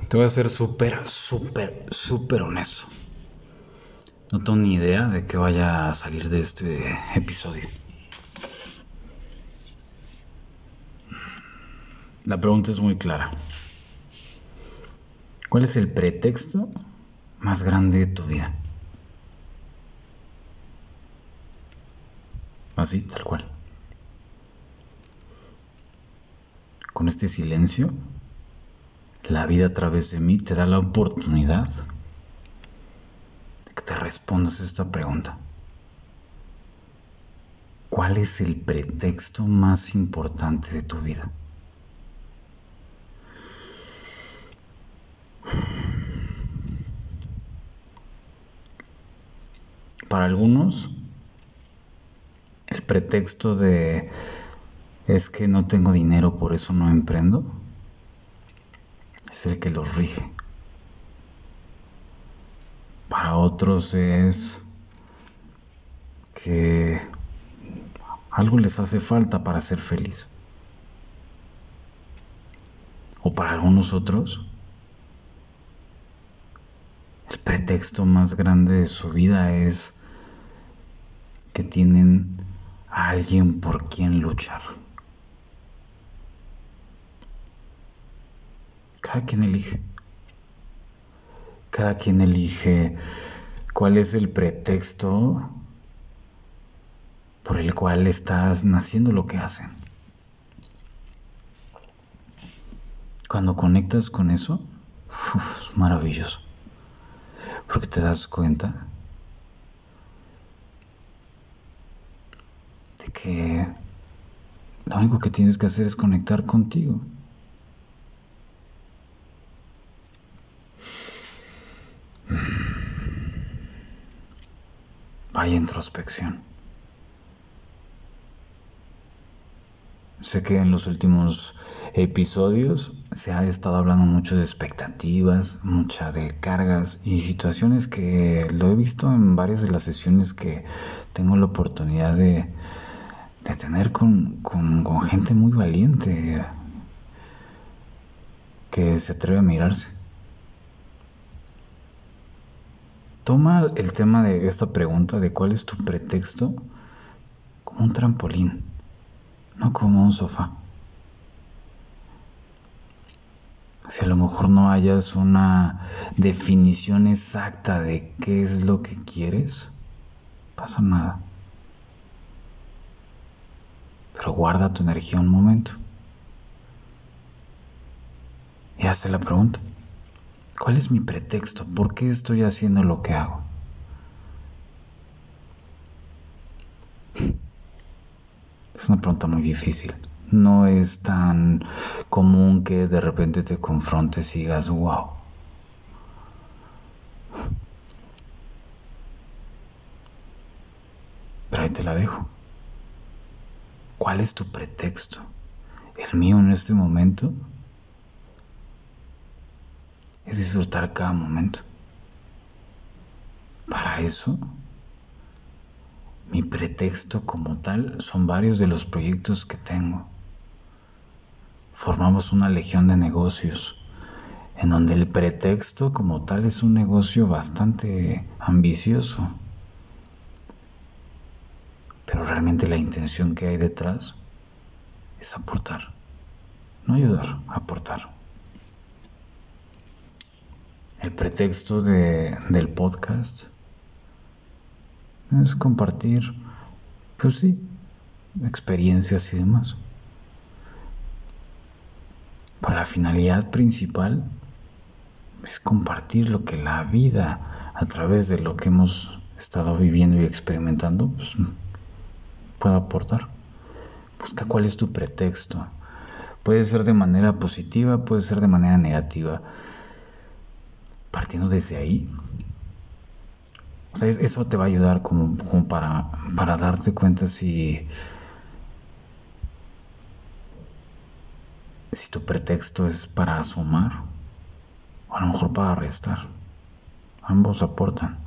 Te voy a ser súper honesto. No tengo ni idea de qué vaya a salir de este episodio. La pregunta es muy clara. ¿Cuál es el pretexto más grande de tu vida? Así, tal cual. Con este silencio, la vida a través de mí te da la oportunidad de que te respondas esta pregunta. ¿Cuál es el pretexto más importante de tu vida? Para algunos, el pretexto de es que no tengo dinero, por eso no emprendo, es el que los rige. Para otros es que algo les hace falta para ser feliz. O para algunos otros, el pretexto más grande de su vida es que tienen a alguien por quien luchar. Cada quien elige. Cada quien elige cuál es el pretexto por el cual estás haciendo lo que hacen. Cuando conectas con eso, es maravilloso. Porque te das cuenta de que lo único que tienes que hacer es conectar contigo. Vaya introspección. Sé que en los últimos episodios se ha estado hablando mucho de expectativas, mucha de cargas y situaciones que lo he visto en varias de las sesiones que tengo la oportunidad de tener con gente muy valiente que se atreve a mirarse. Toma el tema de esta pregunta de cuál es tu pretexto como un trampolín, no como un sofá. Si a lo mejor no hayas una definición exacta de qué es lo que quieres, pasa nada. Pero guarda tu energía un momento y hazte la pregunta. ¿Cuál es mi pretexto? ¿Por qué estoy haciendo lo que hago? Es una pregunta muy difícil. No es tan común que de repente te confrontes y digas, wow. Pero ahí te la dejo. ¿Cuál es tu pretexto? El mío en este momento es disfrutar cada momento. Para eso, mi pretexto como tal son varios de los proyectos que tengo. Formamos una legión de negocios en donde el pretexto como tal es un negocio bastante ambicioso. Pero realmente la intención que hay detrás es aportar. No ayudar, aportar. El pretexto del podcast es compartir, pues sí, experiencias y demás. Pero la finalidad principal es compartir lo que la vida, a través de lo que hemos estado viviendo y experimentando, pues, puede aportar. Busca cuál es tu pretexto. Puede ser de manera positiva, puede ser de manera negativa. Partiendo desde ahí, o sea, eso te va a ayudar como para darte cuenta si tu pretexto es para sumar o a lo mejor para restar. Ambos aportan.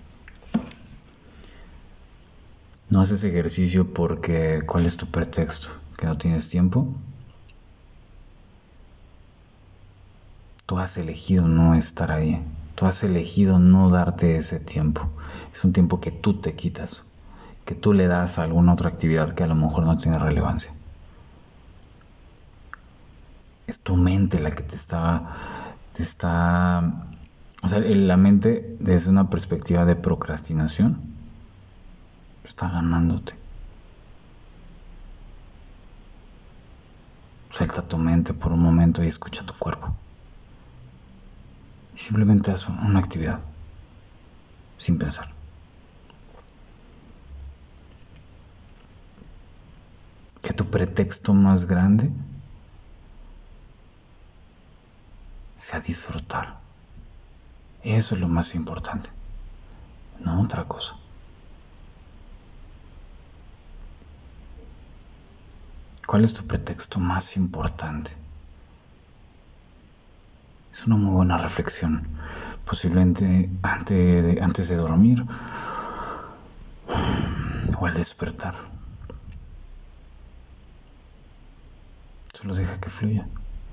No haces ejercicio porque ¿cuál es tu pretexto? ¿Que no tienes tiempo? Tú has elegido no estar ahí. Tú has elegido no darte ese tiempo. Es un tiempo que tú te quitas, que tú le das a alguna otra actividad que a lo mejor no tiene relevancia. Es tu mente la que o sea, la mente desde una perspectiva de procrastinación está ganándote. Suelta tu mente por un momento y escucha tu cuerpo. Y simplemente haz una actividad sin pensar. Que tu pretexto más grande sea disfrutar. Eso es lo más importante, no otra cosa. ¿Cuál es tu pretexto más importante? Es una muy buena reflexión. Posiblemente antes de dormir o al despertar. Solo deja que fluya.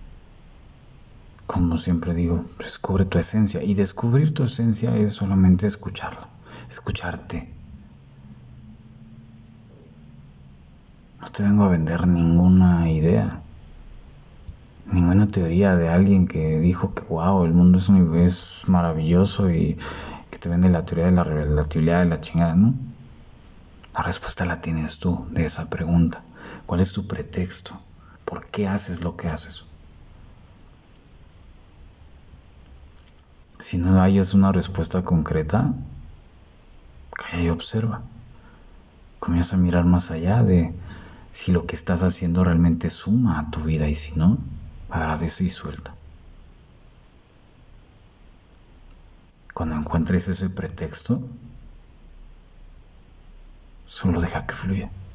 Como siempre digo, descubre tu esencia. Y descubrir tu esencia es solamente escucharla, escucharte. No te vengo a vender ninguna idea, ninguna teoría de alguien que dijo que wow, el mundo es maravilloso y que te vende la teoría de la relatividad de la chingada, ¿no? La respuesta la tienes tú de esa pregunta. ¿Cuál es tu pretexto? ¿Por qué haces lo que haces? Si no hayas una respuesta concreta, calla y observa. Comienza a mirar más allá de si lo que estás haciendo realmente suma a tu vida y si no, agradece y suelta. Cuando encuentres ese pretexto, solo deja que fluya.